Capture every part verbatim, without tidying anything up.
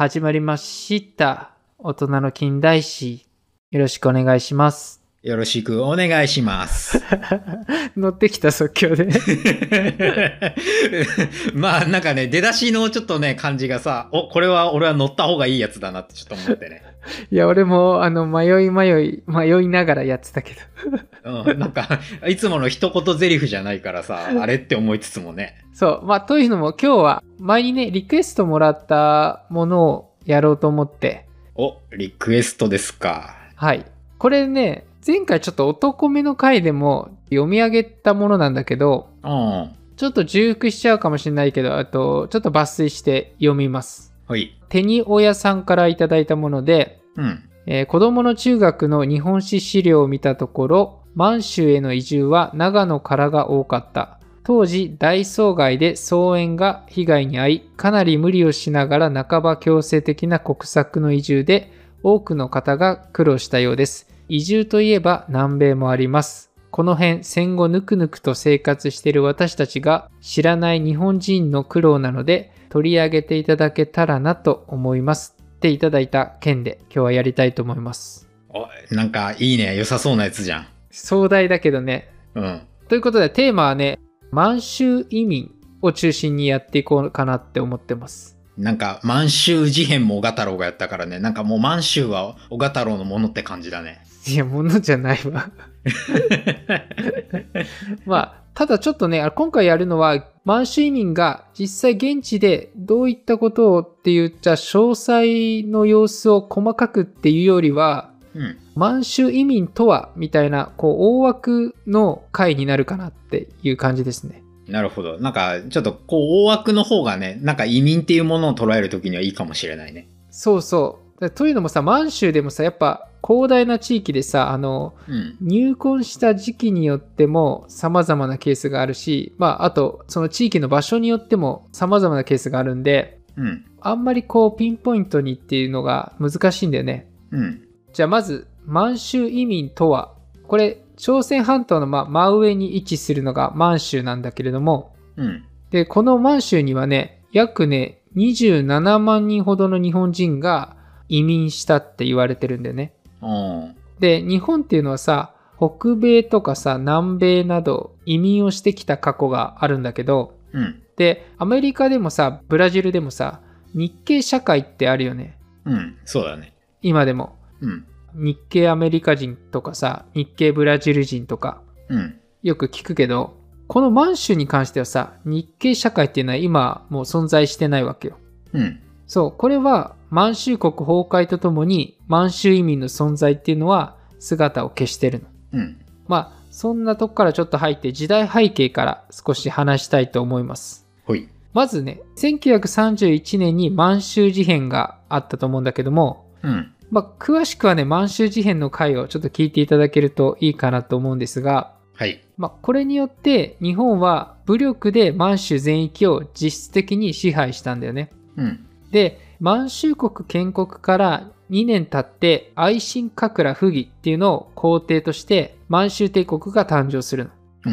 始まりました。大人の近代史。よろしくお願いします。 よろしくお願いします。 乗ってきた即興で。 まあなんかね、出だしのちょっとね、感じがさ、お、これは俺は乗った方がいいやつだなってちょっと思ってね。 いや、俺もあの迷い迷い、迷いながらやってたけど。うん、なんか、いつもの一言台詞じゃないからさ、あれって思いつつもね。 そう。まあ、というのも今日は前にね、リクエストもらったものをやろうと思って。 お、リクエストですか。 はい。これね、前回ちょっと男目の回でも読み上げたものなんだけど、 うん、 ちょっと重複しちゃうかもしれないけど、あとちょっと抜粋して読みます。 はい。 手に親さんからいただいたもので、 うんえー、子供の中学の日本史資料を見たところ、満州への移住は長野からが多かった。当時大草原で草園が被害に遭い、かなり無理をしながら半ば強制的な国策の移住で多くの方が苦労したようです。移住といえば南米もあります。この辺戦後ぬくぬくと生活している私たちが知らない日本人の苦労なので取り上げていただけたらなと思いますっていただいた件で今日はやりたいと思います。 お、なんかいいね、良さそうなやつじゃん。 壮大だけどね。 うん。 ということでテーマはね、満州移民を中心にやっていこうかなって思ってます。 なんか満州事変も小賀太郎がやったからね、なんかもう満州は小賀太郎のものって感じだね。 いや、ものじゃないわ。まあ、ただちょっとね、今回やるのは、満州移民が実際現地でどういったことをっていう、じゃあ詳細の様子を細かくっていうよりは、 うん、 満州移民とはみたいな、こう、大枠の回になるかなっていう感じですね。 なるほど。なんか、ちょっとこう、大枠の方がね、なんか移民っていうものを捉えるときにはいいかもしれないね。 そうそう。というのもさ、満州でもさ、やっぱ広大な地域でさ、あの、うん、入婚した時期によっても様々なケースがあるし、まあ、あと、その地域の場所によっても様々なケースがあるんで、うん、あんまりこう、ピンポイントにっていうのが難しいんだよね。うん、じゃあ、まず、満州移民とは、これ、朝鮮半島のま真上に位置するのが満州なんだけれども、うん、で、この満州にはね、約ね、にじゅうななまんにんほどの日本人が移民したって言われてるんだよね。うん、で、日本っていうのはさ、北米とかさ、南米など移民をしてきた過去があるんだけど、うん、で、アメリカでもさ、ブラジルでもさ、日系社会ってあるよね。 うん、そうだね。 今でも。うん、日系アメリカ人とかさ、日系ブラジル人とか、うん、よく聞くけど、この満州に関してはさ、日系社会っていうのは今もう存在してないわけよ。うん、そう、これは満州国崩壊とともに満州移民の存在っていうのは姿を消してるの。うん、まあそんなとこからちょっと入って時代背景から少し話したいと思います。 はい。 まずね、せんきゅうひゃくさんじゅういちねんに満州事変があったと思うんだけども、うん、まあ詳しくはね、満州事変の回をちょっと聞いていただけるといいかなと思うんですが、はい。まあ、これによって日本は武力で満州全域を実質的に支配したんだよね。うん、で、満州国建国からにねん経って愛新覚羅溥儀っていうのを皇帝として満州帝国が誕生するの。うん、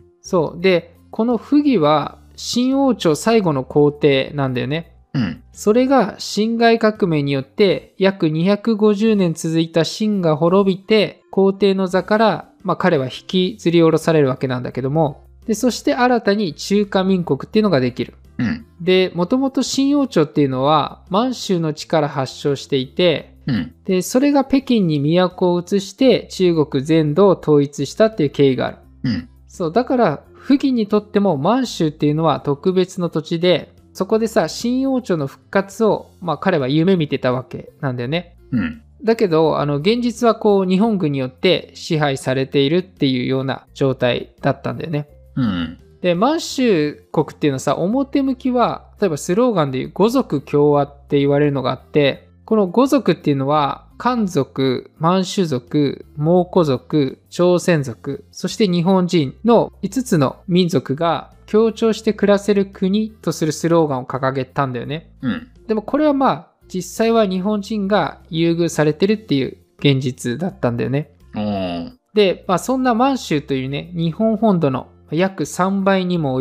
そう。で、この溥儀は清王朝最後の皇帝なんだよね。うん、それが辛亥革命によって約にひゃくごじゅうねん続いた清が滅びて皇帝の座からまあ彼は引きずり下ろされるわけなんだけども、で、そして新たに中華民国っていうのができる。うん、で、もともと清王朝っていうのは満州の地から発祥していて、うん、で、それが北京に都を移して中国全土を統一したっていう経緯がある。うん、そう、だから溥儀にとっても満州っていうのは特別の土地で、そこでさ、清王朝の復活を、まあ彼は夢見てたわけなんだよね。うん、だけど、あの、現実はこう、日本軍によって支配されているっていうような状態だったんだよね。うん、で、満州国っていうのはさ、表向きは、例えばスローガンでいう五族共和って言われるのがあって、この五族っていうのは、漢族、満州族、蒙古族、朝鮮族、そして日本人のいつつの民族が協調して暮らせる国とするスローガンを掲げたんだよね。うん、でもこれはまあ、実際は日本人が優遇されてるっていう現実だったんだよね。うん、で、まあ、そんな満州というね、日本本土の約さんばいにも及ぶ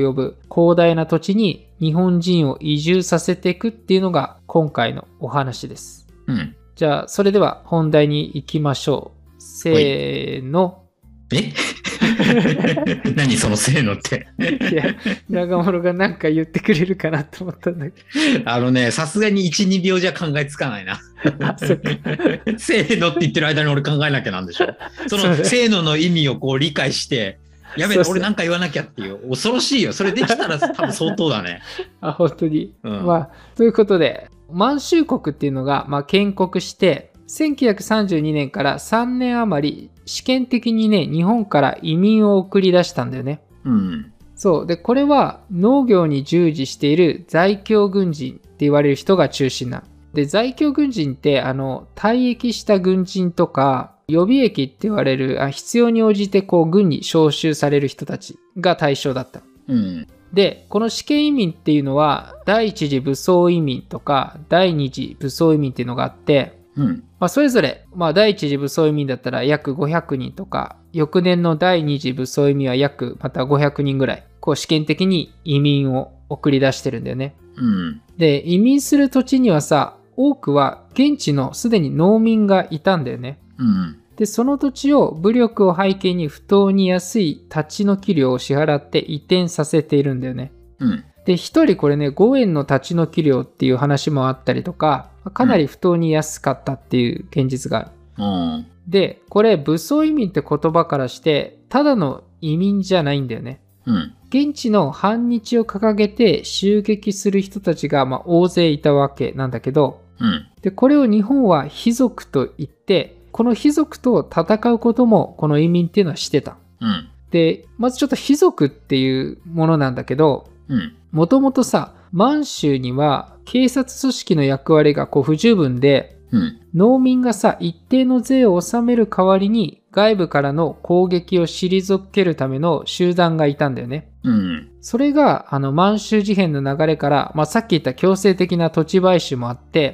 広大な土地に日本人を移住させていくっていうのが今回のお話です。 うん。 じゃあ、それでは本題に行きましょう。せーの。 え何そのせーのって。 いや、長丸が何か言ってくれるかなと思ったんだけど。あのね、さすがにいち、にびょうじゃ考えつかないな。 あ、そっか。 せーのって言ってる間に俺考えなきゃなんでしょ。そのせーのの意味をこう理解して、やべえ、俺なんか言わなきゃっていう。恐ろしいよ。それできたら多分相当だね。 あ、本当に。 うん、 まあ、ということで、満州国っていうのが、まあ、建国して、せんきゅうひゃくさんじゅうにねんからさんねん余り、試験的にね、日本から移民を送り出したんだよね。 うん。 そう。で、これは農業に従事している在京軍人って言われる人が中心な。で、在京軍人って、あの、退役した軍人とか、予備役って言われる、あ必要に応じてこう軍に召集される人たちが対象だった。 うん。 で、この試験移民っていうのは、第一次武装移民とか、第二次武装移民っていうのがあって、 うんまあ、それぞれ、まあ、第一次武装移民だったら約ごひゃくにんとか、翌年の第二次武装移民は約またごひゃくにんぐらい、こう試験的に移民を送り出してるんだよね。 うん、 で、移民する土地にはさ、多くは現地のすでに農民がいたんだよね。 うん、 で、その土地を武力を背景に不当に安い立ち退き料を支払って移転させているんだよね。 うんで、一人これね、ごえんの立ち退き料っていう話もあったりとか、かなり不当に安かったっていう現実がある。 うん、 で、これ武装移民って言葉からして、ただの移民じゃないんだよね。 うん、 現地の反日を掲げて襲撃する人たちがまあ大勢いたわけなんだけど、 うん、 で、これを日本は卑族と言って、この卑族と戦うこともこの移民っていうのはしてた。 うん、 で、まずちょっと卑族っていうものなんだけど、もともとさ、満州には警察組織の役割がこう不十分で、 うん、 農民がさ、一定の税を納める代わりに外部からの攻撃を退けるための集団がいたんだよね。 うん、 それがあの満州事変の流れから、まあ、さっき言った強制的な土地買収もあって、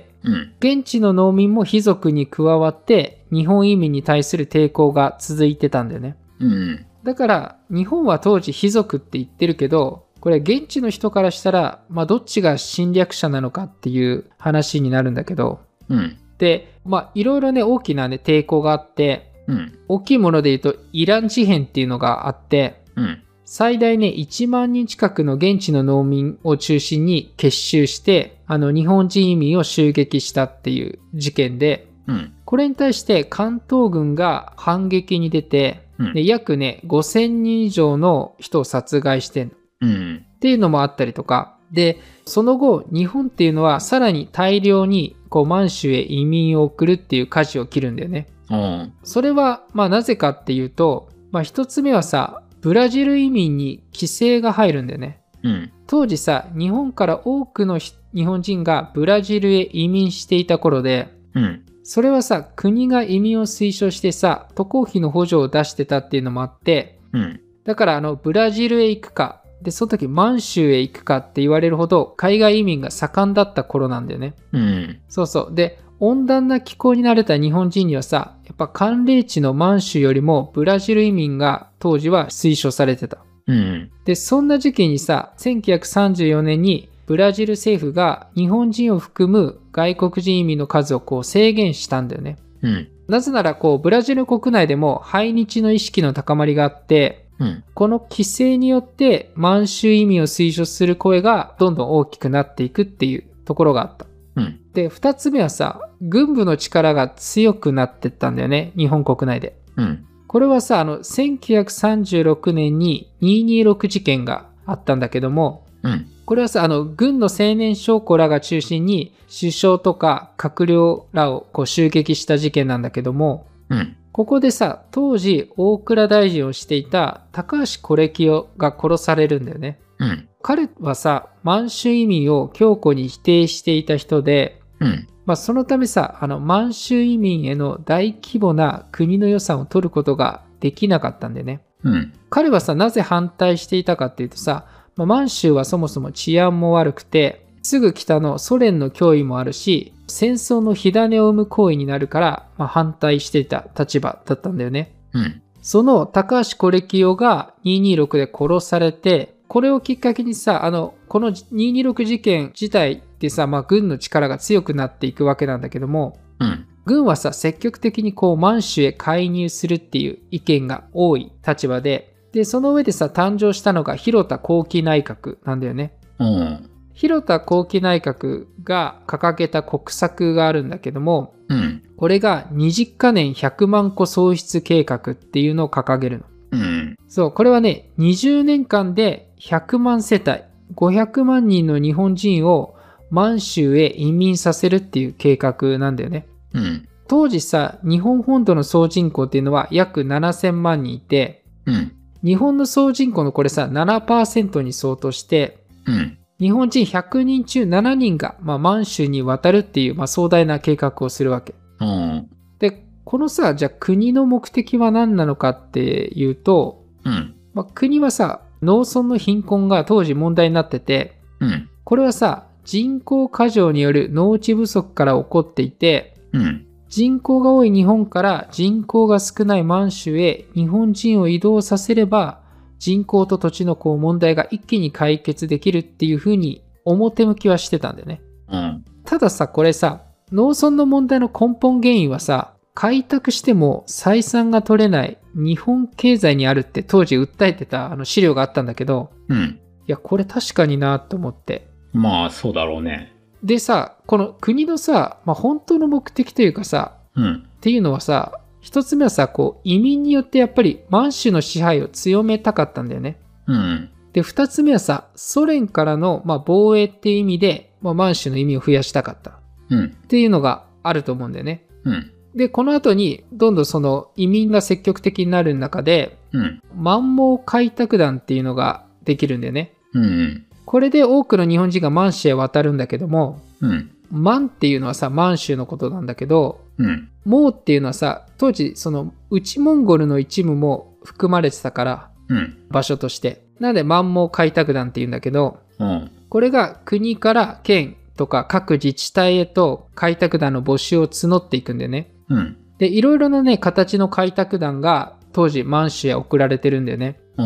うん、 現地の農民も卑族に加わって日本移民に対する抵抗が続いてたんだよね。 うん、 だから日本は当時卑族って言ってるけど、これ現地の人からしたら、まあ、どっちが侵略者なのかっていう話になるんだけど、 うん、 で、まあいろいろね大きなね抵抗があって、 うん、 大きいもので言うとイラン事変っていうのがあって、 うん、 最大ねいちまんにん近くの現地の農民を中心に結集して、あの日本人移民を襲撃したっていう事件で、 うん、 これに対して関東軍が反撃に出て、 うん、 で約ねごせんにん以上の人を殺害してんの。 うん、 っていうのもあったりとか、で、その後、日本っていうのはさらに大量にこう満州へ移民を送るっていう舵を切るんだよね。 うん、 それは、まあなぜかっていうと、まあ一つ目はさ、ブラジル移民に規制が入るんだよね。 うん、 当時さ、日本から多くの日本人がブラジルへ移民していた頃で、 うん、 それはさ、国が移民を推奨してさ、渡航費の補助を出してたっていうのもあって、 うん、 だからあの、ブラジルへ行くか、で、その時満州へ行くかって言われるほど海外移民が盛んだった頃なんだよね。 うん、 そうそう。で、温暖な気候に慣れた日本人にはさ、やっぱ寒冷地の満州よりもブラジル移民が当時は推奨されてた。 うん、 で、そんな時期にさ、せんきゅうひゃくさんじゅうよねんにブラジル政府が日本人を含む外国人移民の数をこう制限したんだよね。 うん、 なぜならこうブラジル国内でも排日の意識の高まりがあって、 うん、 この規制によって満州移民を推奨する声がどんどん大きくなっていくっていうところがあった。 うん、 で、二つ目はさ、軍部の力が強くなってったんだよね、日本国内で。 うん、 これはさ、あの、せんきゅうひゃくさんじゅうろくねんににひゃくにじゅうろく事件があったんだけども、 うん、 これはさ、あの、軍の青年将校らが中心に首相とか閣僚らをこう襲撃した事件なんだけども、 うん、 ここでさ、当時大蔵大臣をしていた高橋是清が殺されるんだよね。 うん、 彼はさ、満州移民を強固に否定していた人で、 うん、 まあそのためさ、あの満州移民への大規模な国の予算を取ることができなかったんでね。 うん、 彼はさ、なぜ反対していたかっていうとさ、まあ、満州はそもそも治安も悪くて、すぐ北のソ連の脅威もあるし、戦争の火種を生む行為になるから、まあ、反対していた立場だったんだよね。 うん、 その高橋是清がにひゃくにじゅうろくで殺されて、 これをきっかけにさ、あの、このにーにーろく事件自体ってさ、まあ、軍の力が強くなっていくわけなんだけども、 うん、 軍はさ、積極的にこう満州へ介入するっていう意見が多い立場で、で、その上でさ、誕生したのが広田光輝内閣なんだよね。 うん、 広田光輝内閣が掲げた国策があるんだけども、 うん、 これがにじゅっかねんひゃくまんこ創出計画っていうのを掲げるの。 うん、 そう、これはね、にじゅうねんかんでひゃくまんせたい、ごひゃくまんにんの日本人を満州へ移民させるっていう計画なんだよね。 うん、 当時さ、日本本土の総人口っていうのは約ななせんまんにんいて、 うん、 日本の総人口のこれさ、ななパーセント に相当して、 うん、 日本人ひゃくにんちゅうななにんが、まあ、満州に渡るっていう、まあ、壮大な計画をするわけ。 うん、 で、このさ、じゃあ国の目的は何なのかっていうと、 うん、 まあ、国はさ、農村の貧困が当時問題になってて、 うん、 これはさ、人口過剰による農地不足から起こっていて、 うん、 人口が多い日本から人口が少ない満州へ日本人を移動させれば、人口と土地のこう問題が一気に解決できるっていう風に表向きはしてたんだよね。 うん、 たださ、これさ、農村の問題の根本原因はさ、開拓しても採算が取れない日本経済にあるって当時訴えてたあの資料があったんだけど、 うん。 いや、これ確かになと思って。 まあ、そうだろうね。 でさ、この国のさ、まあ、本当の目的というかさ、 うん。 っていうのはさ、一つ目はさ、こう、移民によってやっぱり満州の支配を強めたかったんだよね。 うん。 で、二つ目はさ、ソ連からの、まあ、防衛っていう意味で、まあ、満州の意味を増やしたかった。 うん。 っていうのがあると思うんだよね。 うん。 で、この後に、どんどんその移民が積極的になる中で、 うん。 満蒙開拓団っていうのができるんだよね。 うん。 これで多くの日本人が満州へ渡るんだけども、 うん。 満っていうのはさ、満州のことなんだけど、 うん。 蒙っていうのはさ、当時その内モンゴルの一部も含まれてたから、 うん。 場所として。なので満蒙開拓団っていうんだけど、 うん。 これが国から県とか各自治体へと開拓団の募集を募っていくんだよね。 うん。 で、いろいろなね、形の開拓団が当時満州へ送られてるんだよね。 うん。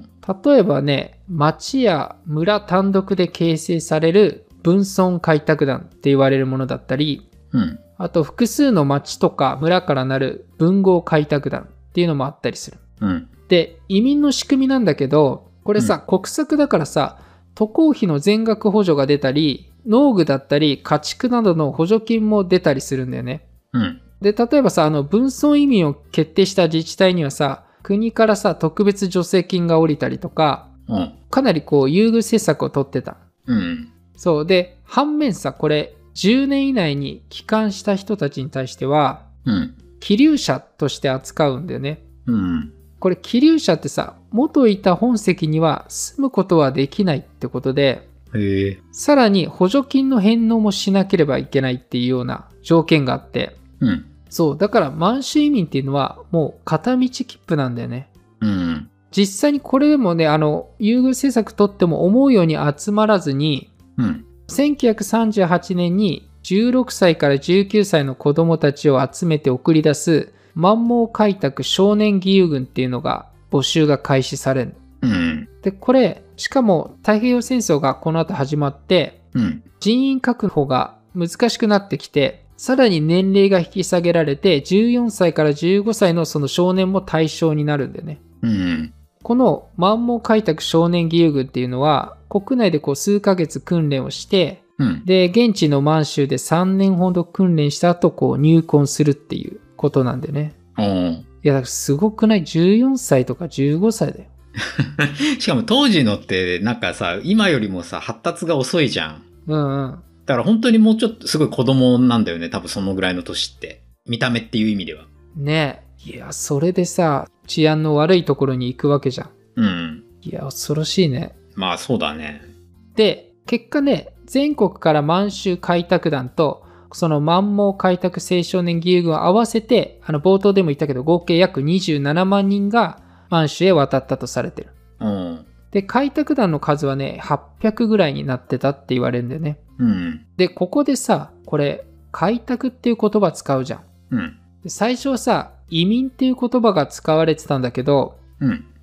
例えばね、町や村単独で形成される分村開拓団って言われるものだったり、 うん。 あと複数の町とか村からなる分合開拓団っていうのもあったりする。 うん。 で、移民の仕組みなんだけど、これさ、うん、国策だからさ、渡航費の全額補助が出たり、農具だったり家畜などの補助金も出たりするんだよね。 うん。 で、例えばさ、あの分村移民を決定した自治体にはさ、国からさ、特別助成金が下りたりとか、 うん、 かなりこう優遇政策を取ってた。 うん。 そうで、反面さ、これじゅうねん以内に帰還した人たちに対しては、 うん、 帰留者として扱うんだよね。 うん。 これ帰留者ってさ、元いた本籍には住むことはできないってことで、 へえ。 さらに補助金の返納もしなければいけないっていうような条件があって、 うん。 そう、だから満州移民っていうのはもう片道切符なんだよね。 うん。 実際にこれでもね、あの、優遇政策取っても思うように集まらずに、 うん、 せんきゅうひゃくさんじゅうはちねんにじゅうろくさいからじゅうきゅうさいの子供たちを集めて送り出す満蒙開拓少年義勇軍っていうのが募集が開始される。 うん、 で、これ、しかも太平洋戦争がこの後始まって、 うん、 人員確保が難しくなってきて、さらに年齢が引き下げられて、じゅうよんさいからじゅうごさいのその少年も対象になるんだよね。 うん、 この満蒙開拓少年義勇軍っていうのは、国内でこう数ヶ月訓練をして、 うん、 で、現地の満州でさんねんほど訓練した後、こう入婚するっていうことなんでね。 うん、 いや、だからすごくない ?じゅうよんさいとかじゅうごさいだよ。 しかも当時のってなんかさ、今よりもさ、発達が遅いじゃん。 うんうん。 だから本当にもうちょっとすごい子供なんだよね。多分そのぐらいの年って。見た目っていう意味では。 ねえ。いや、それでさ、治安の悪いところに行くわけじゃん。 うん。 いや、恐ろしいね。 まあそうだね。 で、結果ね、全国から満州開拓団と、その満蒙開拓青少年義勇軍を合わせて、あの冒頭でも言ったけど、合計約にじゅうななまんにんが満州へ渡ったとされてる。 うん。 で、開拓団の数はね、はっぴゃくぐらいになってたって言われるんだよね。 うん。 で、ここでさ、これ、開拓っていう言葉使うじゃん。 うん。 で最初はさ、移民っていう言葉が使われてたんだけど、 うん。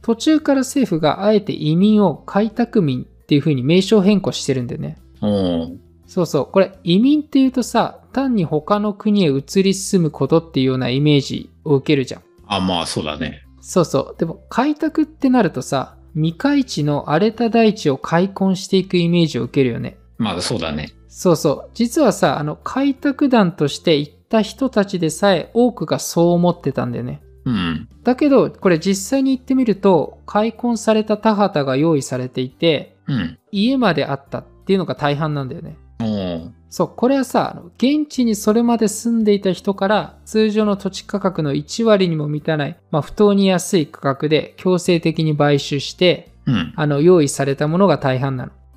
途中から政府があえて移民を開拓民っていう風に名称変更してるんだよね。 うん。 そうそう。これ移民っていうとさ、単に他の国へ移り住むことっていうようなイメージを受けるじゃん。 あ、まあそうだね。 そうそう。でも開拓ってなるとさ、未開地の荒れた大地を開墾していくイメージを受けるよね。 まあそうだね。 そうそう。実はさ、あの開拓団として行った人たちでさえ多くがそう思ってたんだよね。 うん。 だけど、これ実際に行ってみると、開墾された田畑が用意されていて、 うん、 家まであったっていうのが大半なんだよね。 おそう、これはさ、現地にそれまで住んでいた人から通常の土地価格のいち割にも満たない、まあ、不当に安い価格で強制的に買収して、 うん、 あの用意されたものが大半なの。 うん、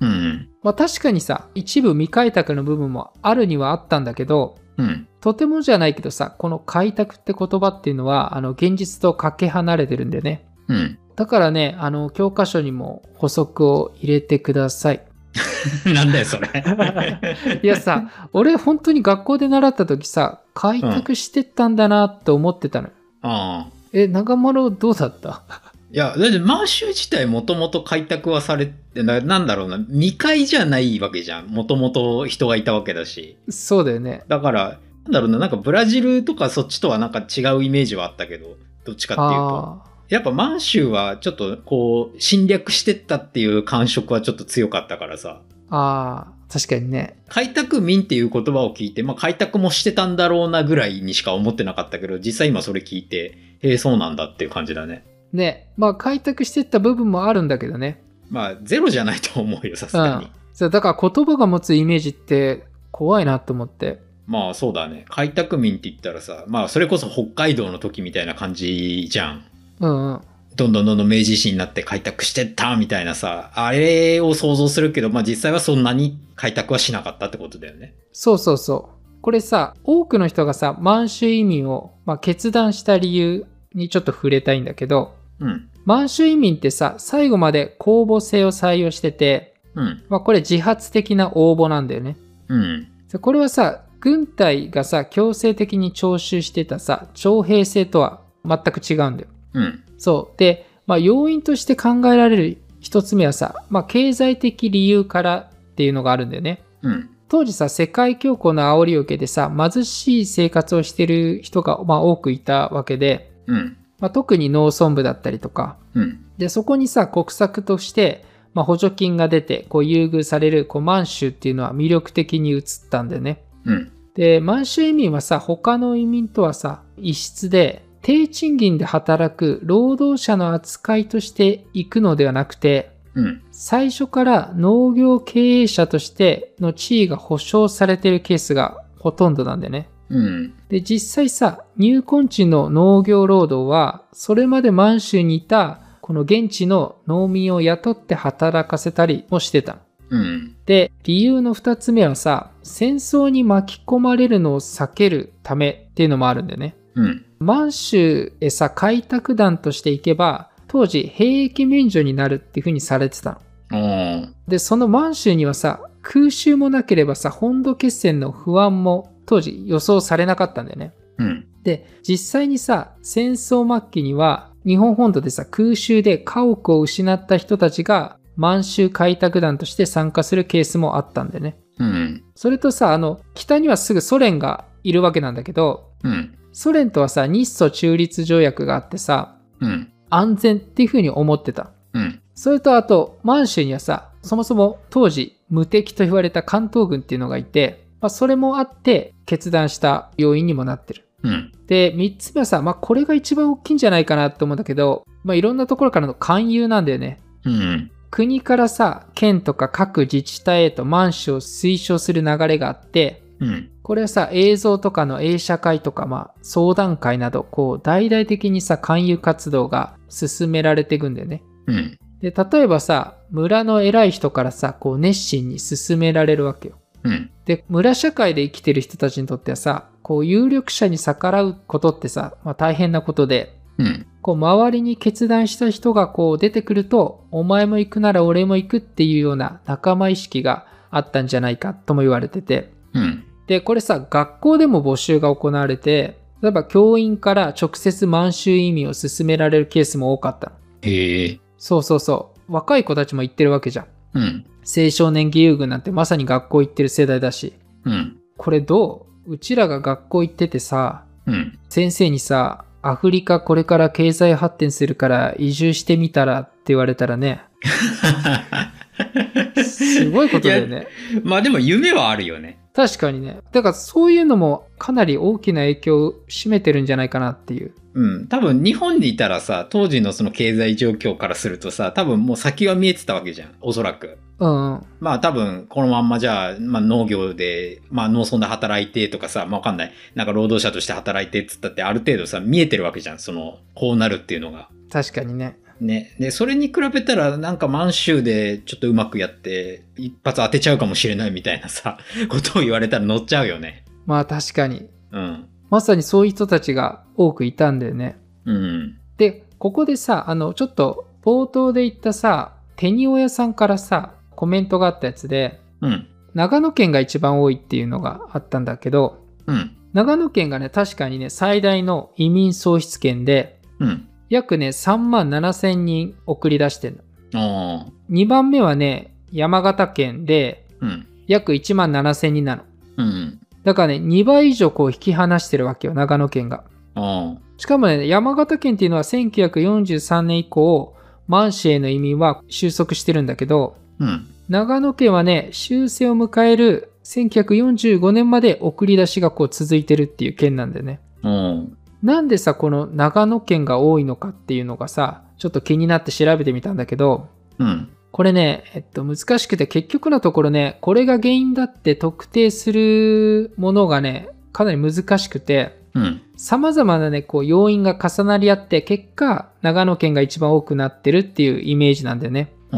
まあ、確かにさ、一部未開拓の部分もあるにはあったんだけど、 うん、 とてもじゃないけどさ、この開拓って言葉っていうのは、あの現実とかけ離れてるんだよね。 うん、 だからね、あの教科書にも補足を入れてください。 なんだよそれ。 いやさ、俺本当に学校で習った時さ、開拓してったんだなって思ってたのよ。 うん、ああ。 え、長丸どうだった？ いや、だって満州自体もともと開拓はされてな、なんだろうな、にかいじゃないわけじゃん。もともと人がいたわけだし。 そうだよね。 だから、なんだろうな、なんかブラジルとかそっちとはなんか違うイメージはあったけど、どっちかっていうと。やっぱ満州はちょっとこう侵略してったっていう感触はちょっと強かったからさ。 ああ、確かにね。 開拓民っていう言葉を聞いて、まあ開拓もしてたんだろうなぐらいにしか思ってなかったけど、実際今それ聞いて、へえ、そうなんだっていう感じだね。 ね、まあ開拓してった部分もあるんだけどね。 まあゼロじゃないと思うよ、さすがに。うん、 そうだから言葉が持つイメージって怖いなと思って。 まあそうだね。開拓民って言ったらさ、まあそれこそ北海道の時みたいな感じじゃん。 うんうん。 どんどんどんどん明治維新になって開拓してったみたいなさ、あれを想像するけど、まあ実際はそんなに開拓はしなかったってことだよね。 そうそうそう。これさ、多くの人がさ、満州移民を、まあ、決断した理由にちょっと触れたいんだけど、 うん、 満州移民ってさ、最後まで公募制を採用してて、 うん、 まあこれ自発的な応募なんだよね。 うん、 これはさ、軍隊がさ、強制的に徴収してたさ、徴兵制とは全く違うんだよ。 うん、 そう。で、まあ要因として考えられる一つ目はさ、まあ経済的理由からっていうのがあるんだよね。 うん、 当時さ、世界恐慌の煽りを受けてさ、貧しい生活をしてる人が、まあ、多くいたわけで、 うんまあ、特に農村部だったりとか、 うん、 でそこにさ、国策として、まあ、補助金が出てこう優遇されるこう満州っていうのは魅力的に映ったんだよね。 うん、 で、満州移民はさ、他の移民とはさ、異質で、低賃金で働く労働者の扱いとして行くのではなくて、 うん、 最初から農業経営者としての地位が保障されているケースがほとんどなんだよね。 うん、 で、実際さ、入昆地の農業労働は、それまで満州にいたこの現地の農民を雇って働かせたりもしてたの。 うん、 で、理由の二つ目はさ、戦争に巻き込まれるのを避けるためっていうのもあるんだよね。 うん、 満州へさ、開拓団として行けば、当時兵役免除になるっていう風にされてたの。で、その満州にはさ、空襲もなければさ、本土決戦の不安も当時予想されなかったんだよね。 うん、 で、実際にさ、戦争末期には日本本土でさ、空襲で家屋を失った人たちが満州開拓団として参加するケースもあったんだよね。 うん、 それとさ、あの、北にはすぐソ連がいるわけなんだけど、 うん、 ソ連とはさ、日ソ中立条約があってさ、 うん、 安全っていう風に思ってた。 うん、 それとあと、満州にはさ、そもそも当時無敵と言われた関東軍っていうのがいて、まあ、それもあって決断した要因にもなってる。 うん、 で、三つ目はさ、まあ、これが一番大きいんじゃないかなと思うんだけど、まあ、いろんなところからの勧誘なんだよね。 うん、 国からさ、県とか各自治体へと満州を推奨する流れがあって、 うん、 これはさ、映像とかの映写会とか、まあ、相談会など、こう、大々的にさ、勧誘活動が進められていくんだよね。 うん、 で、例えばさ、村の偉い人からさ、こう、熱心に進められるわけよ。 うん、 で、村社会で生きてる人たちにとってはさ、こう、有力者に逆らうことってさ、まあ、大変なことで、 うん、 こう、周りに決断した人がこう、出てくると、お前も行くなら俺も行くっていうような仲間意識があったんじゃないかとも言われてて、 うん、 で、これさ、学校でも募集が行われて、例えば教員から直接満州移民を勧められるケースも多かったの。 へえ。 そうそうそう。若い子たちも行ってるわけじゃん。 うん。 青少年義勇軍なんてまさに学校行ってる世代だし。 うん。 これどう？うちらが学校行っててさ、 うん、 先生にさ、アフリカこれから経済発展するから移住してみたらって言われたらね。すごいことだよね。 まあでも夢はあるよね。 確かにね。だからそういうのもかなり大きな影響を占めてるんじゃないかなっていう。 うん。多分日本にいたらさ、当時のその経済状況からするとさ、多分もう先は見えてたわけじゃん。おそらく。 うん、うん。 まあ多分このまんまじゃあ、まあ農業で、まあ農村で働いてとかさ、まあわかんない。なんか労働者として働いてっつったってある程度さ、見えてるわけじゃん。その、こうなるっていうのが。 確かにね。 ね。で、それに比べたらなんか満州でちょっとうまくやって、一発当てちゃうかもしれないみたいなさ、ことを言われたら乗っちゃうよね。 まあ確かに。 うん。 まさにそういう人たちが多くいたんだよね。 うん。 で、ここでさ、あの、ちょっと冒頭で言ったさ、テニオヤさんからさ、コメントがあったやつで、 うん。 長野県が一番多いっていうのがあったんだけど、 うん。 長野県がね、確かにね、最大の移民創出県で、 うん。 約ね、さんまんななせんにん送り出してるの。ああ。 にばんめはね、山形県で、 うん。 約いちまんななせんにんなの。 うん。 だからね、にばい以上こう引き離してるわけよ、長野県が。 ああ。 しかもね、山形県っていうのはせんきゅうひゃくよんじゅうさんねん以降、満州への移民は収束してるんだけど、 うん。 長野県はね、終戦を迎えるせんきゅうひゃくよんじゅうごねんまで送り出しがこう続いてるっていう県なんだよね。 うん。 なんでさ、この長野県が多いのかっていうのがさ、ちょっと気になって調べてみたんだけど、 うん。 これね、えっと、難しくて結局のところね、これが原因だって特定するものがね、かなり難しくて、 うん。 様々なね、こう要因が重なり合って、結果、長野県が一番多くなってるっていうイメージなんだよね。 うん。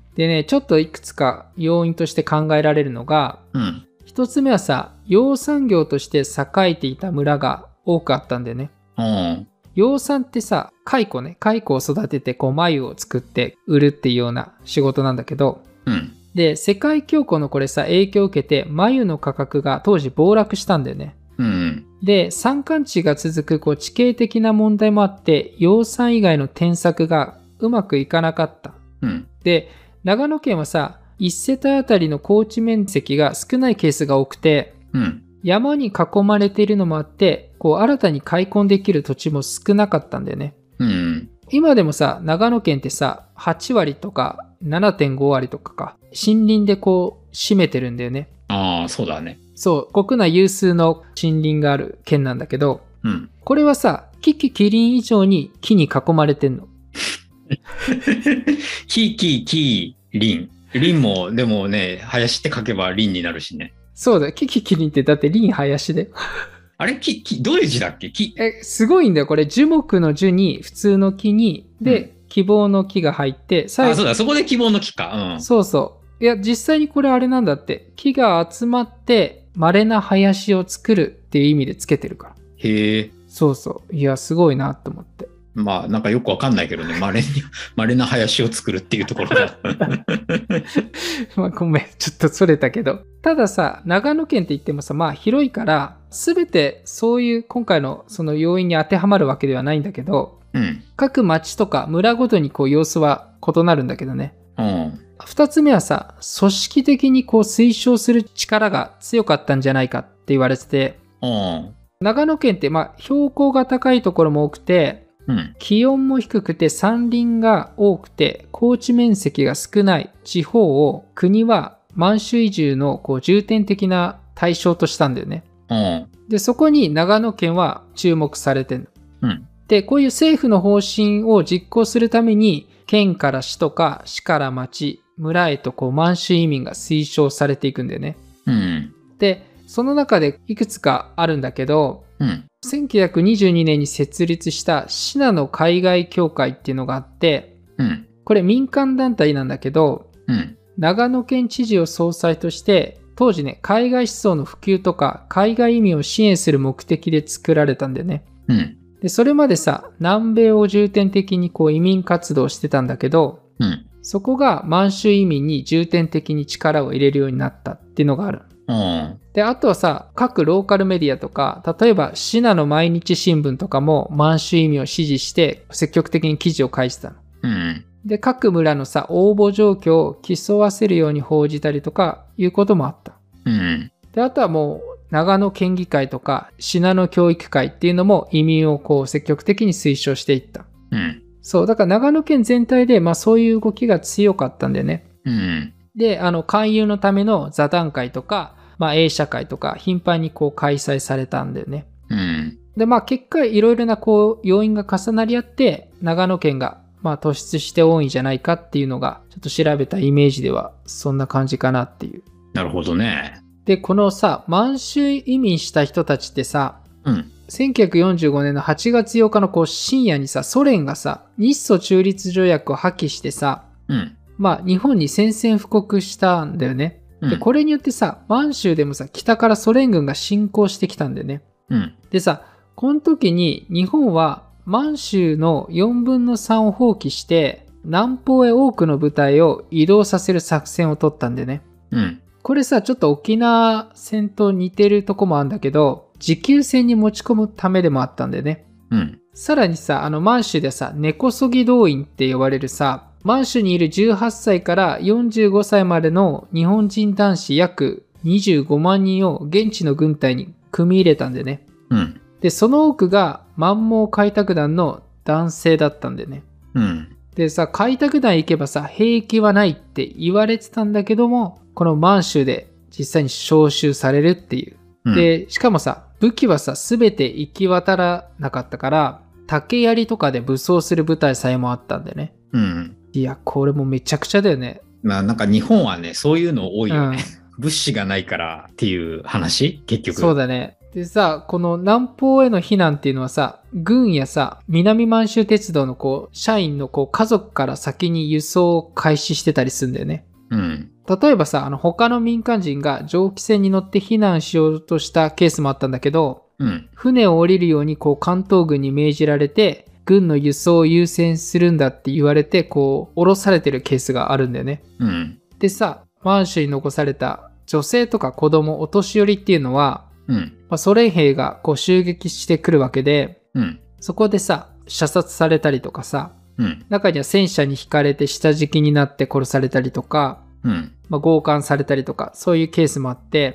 でね、ちょっといくつか要因として考えられるのが、 うん。 一つ目はさ、養蚕業として栄えていた村が多くあったんだよね。 うん。 養蚕ってさ、蚕ね、蚕を育ててこう繭を作って売るっていうような仕事なんだけど、 うん。 で、世界恐慌のこれさ、影響を受けて繭の価格が当時暴落したんだよね。 うん。 で、山間地が続くこう地形的な問題もあって、養蚕以外の転作がうまくいかなかった。 うん。 で、長野県はさ、いち世帯あたりの耕地面積が少ないケースが多くて、 うん。 山に囲まれているのもあって、こう新たに開墾できる土地も少なかったんだよね。 うん。 今でもさ、長野県ってさ、はちわりとか ななてんごわりとかか、森林でこう占めてるんだよね。 ああ、そうだね。 そう、国内有数の森林がある県なんだけど、 うん。 これはさ、キキキリン以上に木に囲まれてんの。 キキキリン。リンも、でもね、林って書けばリンになるしね。 そうだ、キキキリンってだって林林で。 あれき、き、どういう字だっけき。 え、すごいんだよ。これ、樹木の樹に、普通の木に、で、うん、希望の木が入って、 最後。あ、そうだ、そこで希望の木か。うん。 そうそう。いや、実際にこれあれなんだって。木が集まって、稀な林を作るっていう意味でつけてるから。 へえ。 そうそう。いや、すごいなと思って。 まあ、なんかよくわかんないけどね。稀に、稀な林を作るっていうところが。 まあ、ごめん。ちょっとそれたけど。たださ、長野県って言ってもさ、まあ広いから、すべてそういう今回のその要因に当てはまるわけではないんだけど、 うん、 各町とか村ごとにこう様子は異なるんだけどね。 うん、 二つ目はさ、組織的にこう推奨する力が強かったんじゃないかって言われてて、 うん、 長野県ってまあ標高が高いところも多くて、 うん、 気温も低くて山林が多くて耕地面積が少ない地方を国は満州移住のこう重点的な対象としたんだよね。 うん、 で、そこに長野県は注目されてるの。 うん、 で、こういう政府の方針を実行するために県から市とか市から町、村へとこう満州移民が推奨されていくんだよね。 うん、 で、その中でいくつかあるんだけど、 うん、 せんきゅうひゃくにじゅうにねんに設立した信濃海外協会っていうのがあって、 うん、 これ民間団体なんだけど、 うん、 長野県知事を総裁として当時ね、海外思想の普及とか海外移民を支援する目的で作られたんだよね。 うん、 で、それまでさ、南米を重点的にこう移民活動してたんだけど、 うん、 そこが満州移民に重点的に力を入れるようになったっていうのがある。 うん、 で、あとはさ、各ローカルメディアとか、例えば信濃毎日新聞とかも満州移民を支持して積極的に記事を書いてたの。 うん。 で、各村のさ、応募状況を競わせるように報じたりとかいうこともあった。 うん。 で、あとはもう、長野県議会とか、信濃教育会っていうのも移民をこう積極的に推奨していった。 うん。 そう、だから長野県全体で、まあそういう動きが強かったんだよね。 うん。 で、あの、勧誘のための座談会とか、まあ、映写会とか、頻繁にこう開催されたんだよね。 うん。 で、まあ、結果、いろいろなこう、要因が重なり合って、長野県が、まあ、突出して多いんじゃないかっていうのが、ちょっと調べたイメージでは、そんな感じかなっていう。 なるほどね。 で、このさ、満州移民した人たちってさ、 うん。 せんきゅうひゃくよんじゅうごねんのはちがつようかのこう深夜にさ、ソ連がさ、日ソ中立条約を破棄してさ、 うん。 まあ、日本に宣戦布告したんだよね。で、これによってさ、満州でもさ、北からソ連軍が侵攻してきたんだよね。 うん。 でさ、この時に日本は満州のよんぶんのさんを放棄して、南方へ多くの部隊を移動させる作戦を取ったんだよね。 うん。 これさ、ちょっと沖縄戦と似てるとこもあるんだけど、持久戦に持ち込むためでもあったんだよね。 うん。 さらにさ、あの満州でさ、根こそぎ動員って呼ばれるさ、満州にいるじゅうはっさいからよんじゅうごさいまでの日本人男子約にじゅうごまんにんを現地の軍隊に組み入れたんでね。 うん。 で、その多くが満蒙開拓団の男性だったんでね。 うん。 でさ、開拓団行けばさ、兵役はないって言われてたんだけども、この満州で実際に召集されるっていう。 うん、 で、しかもさ、武器はさ、すべて行き渡らなかったから、竹槍とかで武装する部隊さえもあったんでね。 うん。 いや、これもめちゃくちゃだよね。 まあなんか日本はね、そういうの多いよね。うん、物資がないからっていう話結局。 そうだね。でさ、この南方への避難っていうのはさ、軍やさ、南満州鉄道のこう、社員のこう、家族から先に輸送を開始してたりするんだよね。 うん。 例えばさ、あの他の民間人が蒸気船に乗って避難しようとしたケースもあったんだけど、 うん、 船を降りるようにこう関東軍に命じられて、軍の輸送を優先するんだって言われて、こう、降ろされてるケースがあるんだよね。 うん、 でさ、満州に残された女性とか子供、お年寄りっていうのは、 うんまあ、ソ連兵がこう襲撃してくるわけで、 うん、 そこでさ、射殺されたりとかさ、 うん、 中には戦車に引かれて下敷きになって殺されたりとか、 うんまあ、強姦されたりとか、そういうケースもあって、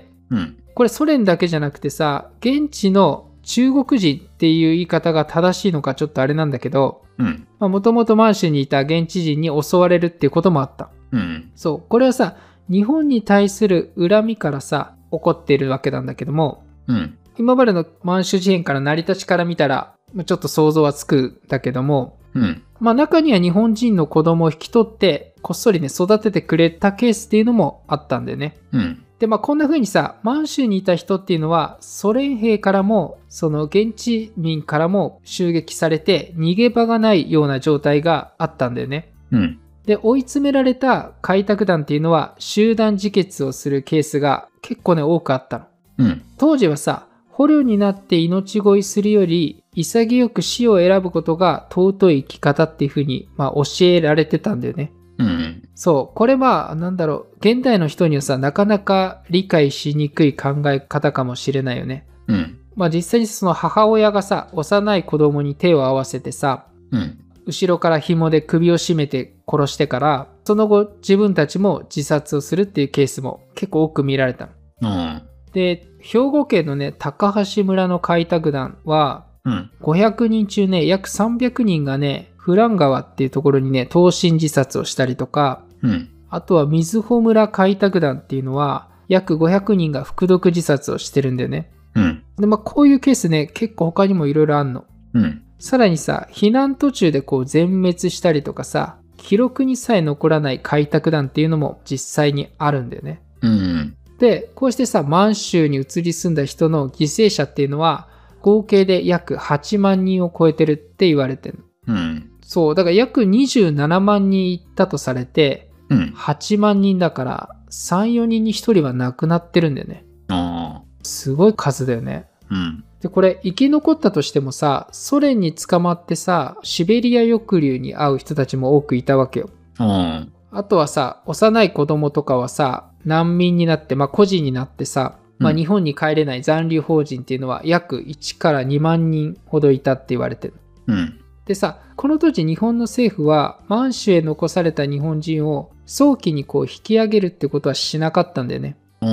うん、 これソ連だけじゃなくてさ、現地の中国人っていう言い方が正しいのかちょっとあれなんだけど、もともと満州にいた現地人に襲われるっていうこともあった。 うん、 そう、これはさ、日本に対する恨みからさ、起こっているわけなんだけども、 うん、 今までの満州事変から成り立ちから見たら、ちょっと想像はつくんだけども、 うん、 まあ中には日本人の子供を引き取ってこっそりね育ててくれたケースっていうのもあったんだよね。 うん、 でまあこんな風にさ満州にいた人っていうのはソ連兵からもその現地民からも襲撃されて逃げ場がないような状態があったんだよね。 うん、 で追い詰められた開拓団っていうのは集団自決をするケースが結構ね多くあったの。 うん、 当時はさ捕虜になって命乞いするより潔く死を選ぶことが尊い生き方っていう風に、まあ、教えられてたんだよね。 うん、 そう。これは、なんだろう。現代の人にはさ、なかなか理解しにくい考え方かもしれないよね。 うん。 まあ実際にその母親がさ、幼い子供に手を合わせてさ、 うん、 後ろから紐で首を絞めて殺してから、その後自分たちも自殺をするっていうケースも結構多く見られた。 うん、 で、兵庫県のね、高橋村の開拓団は、 うん、 ごひゃくにん中ね、約さんびゃくにんがね、フラン川っていうところにね、投身自殺をしたりとか、 うん、 あとは瑞穂村開拓団っていうのは、約ごひゃくにんが服毒自殺をしてるんだよね。 うん、 で、まあこういうケースね、結構他にもいろいろあんの。 うん、 さらにさ、避難途中でこう全滅したりとかさ、記録にさえ残らない開拓団っていうのも実際にあるんだよね。 うん、 で、こうしてさ、満州に移り住んだ人の犠牲者っていうのは、合計で約はちまんにんを超えてるって言われてるの。うん、 そう、だから約にじゅうななまんにんいったとされて、 うん、 はちまんにんだからさん、よにんにひとりは亡くなってるんだよね。 あすごい数だよね。 うん、 で、これ生き残ったとしてもさ、ソ連に捕まってさ、シベリア抑留に遭う人たちも多くいたわけよ。 ああとはさ、幼い子供とかはさ、難民になって、まあ孤児になってさ、まあ日本に帰れない残留邦人っていうのは約いちからにまんにんほどいたって言われてる。 うん。 でさ、この当時日本の政府は満州へ残された日本人を早期にこう引き上げるってことはしなかったんだよね。 うん。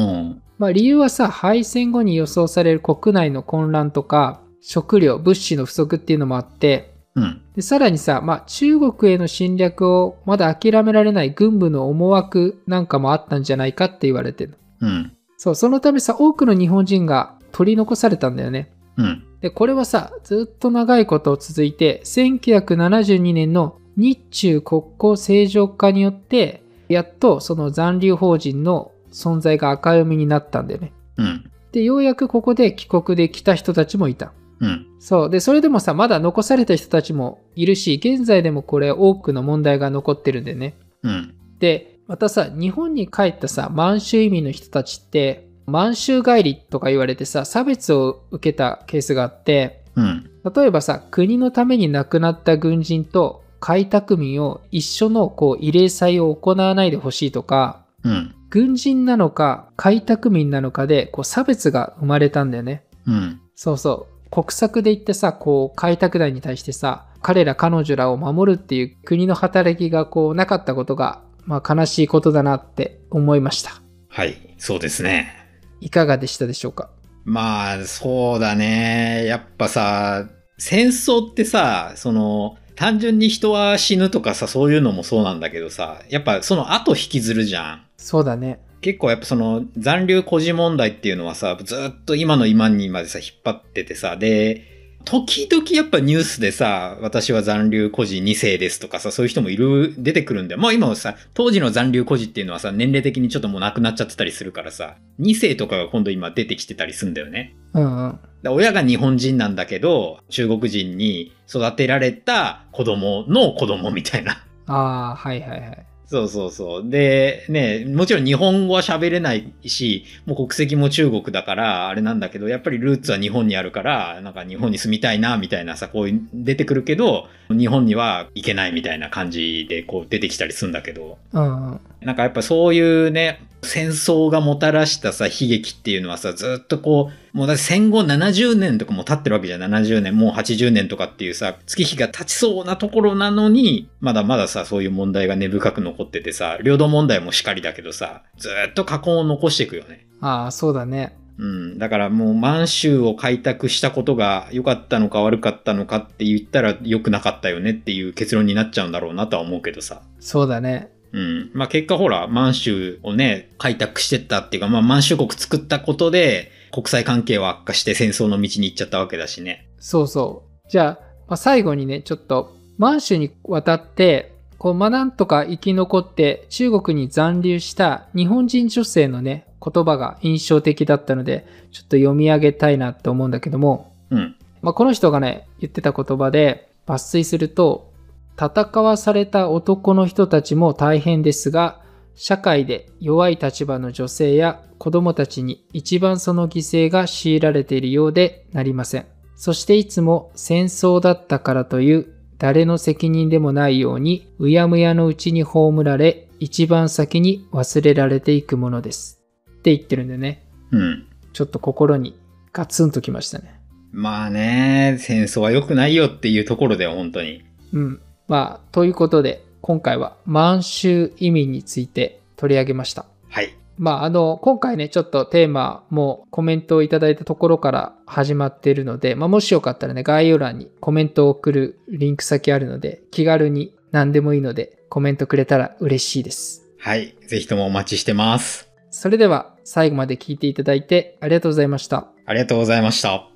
まあ理由はさ、敗戦後に予想される国内の混乱とか、食料、物資の不足っていうのもあって、 うん、 でさらにさ、まあ、中国への侵略をまだ諦められない軍部の思惑なんかもあったんじゃないかって言われてる。 うん、 そう、そのためさ、多くの日本人が取り残されたんだよね。 うん、 で、これはさ、ずっと長いこと続いて、せんきゅうひゃくななじゅうにねんの日中国交正常化によって、やっとその残留邦人の存在が赤読みになったんだよね。 うん、 で、ようやくここで帰国できた人たちもいた。 うん、 そう。で、それでもさ、まだ残された人たちもいるし、現在でもこれ多くの問題が残ってるんでね。 うん、 で、またさ、日本に帰ったさ、満州移民の人たちって、満州帰りとか言われてさ、差別を受けたケースがあって、 うん、 例えばさ、国のために亡くなった軍人と開拓民を一緒のこう慰霊祭を行わないでほしいとか、 うん、 軍人なのか開拓民なのかでこう差別が生まれたんだよね。 うん、 そうそう。国策で言ってさ、こう開拓団に対してさ、彼ら彼女らを守るっていう国の働きがこうなかったことが、まあ悲しいことだなって思いました。 はい、そうですね。 いかがでしたでしょうか？ まあ、そうだね。やっぱさ、戦争ってさ、その、単純に人は死ぬとかさ、そういうのもそうなんだけどさ、やっぱその後引きずるじゃん。 そうだね。 結構やっぱその残留孤児問題っていうのはさ、ずっと今の今にまでさ、引っ張っててさ、で、時々やっぱニュースでさ、私は残留孤児に世ですとかさ、そういう人もいる、出てくるんだよ。まあ今はさ、当時の残留孤児っていうのはさ、年齢的にちょっともう亡くなっちゃってたりするからさ、に世とかが今度今出てきてたりするんだよね。 うんうん。 親が日本人なんだけど、中国人に育てられた子供の子供みたいな。 ああ、はいはいはい。 そうそうそう。で、ね、もちろん日本語は喋れないし、もう国籍も中国だから、あれなんだけど、やっぱりルーツは日本にあるから、なんか日本に住みたいな、みたいなさ、こう出てくるけど、日本には行けないみたいな感じで、こう出てきたりするんだけど、 うんうん。 なんかやっぱそういうね、戦争がもたらしたさ、悲劇っていうのはさ、ずっとこう、もうだって戦後ななじゅうねんとかも経ってるわけじゃん。ななじゅうねん、もうはちじゅうねんとかっていうさ、月日が経ちそうなところなのに、まだまださ、そういう問題が根深く残っててさ、領土問題もしかりだけどさ、ずっと禍根を残していくよね。 ああ、そうだね。 うん。だからもう満州を開拓したことが良かったのか悪かったのかって言ったら良くなかったよねっていう結論になっちゃうんだろうなとは思うけどさ。 そうだね。 うん。まあ結果ほら、満州をね、開拓してったっていうか、まあ満州国作ったことで、国際関係は悪化して戦争の道に行っちゃったわけだしね。 そうそう。じゃあ、まあ、最後にね、ちょっと、満州に渡って、こう、まあ、なんとか生き残って中国に残留した日本人女性のね、言葉が印象的だったので、ちょっと読み上げたいなって思うんだけども、 うん。 まあ、この人がね、言ってた言葉で、抜粋すると、戦わされた男の人たちも大変ですが、社会で弱い立場の女性や子供たちに一番その犠牲が強いられているようでなりません。そしていつも戦争だったからという誰の責任でもないようにうやむやのうちに葬られ、一番先に忘れられていくものです。って言ってるんでね。 うん。 ちょっと心にガツンときましたね。 まあね、戦争は良くないよっていうところだよ、本当に。 うん。まあ、ということで、今回は満州移民について取り上げました。 はい。 まあ、あの、今回ね、ちょっとテーマもコメントをいただいたところから始まっているので、まあ、もしよかったらね、概要欄にコメントを送るリンク先あるので、気軽に何でもいいのでコメントくれたら嬉しいです。 はい。ぜひともお待ちしてます。 それでは、最後まで聞いていただいてありがとうございました。 ありがとうございました。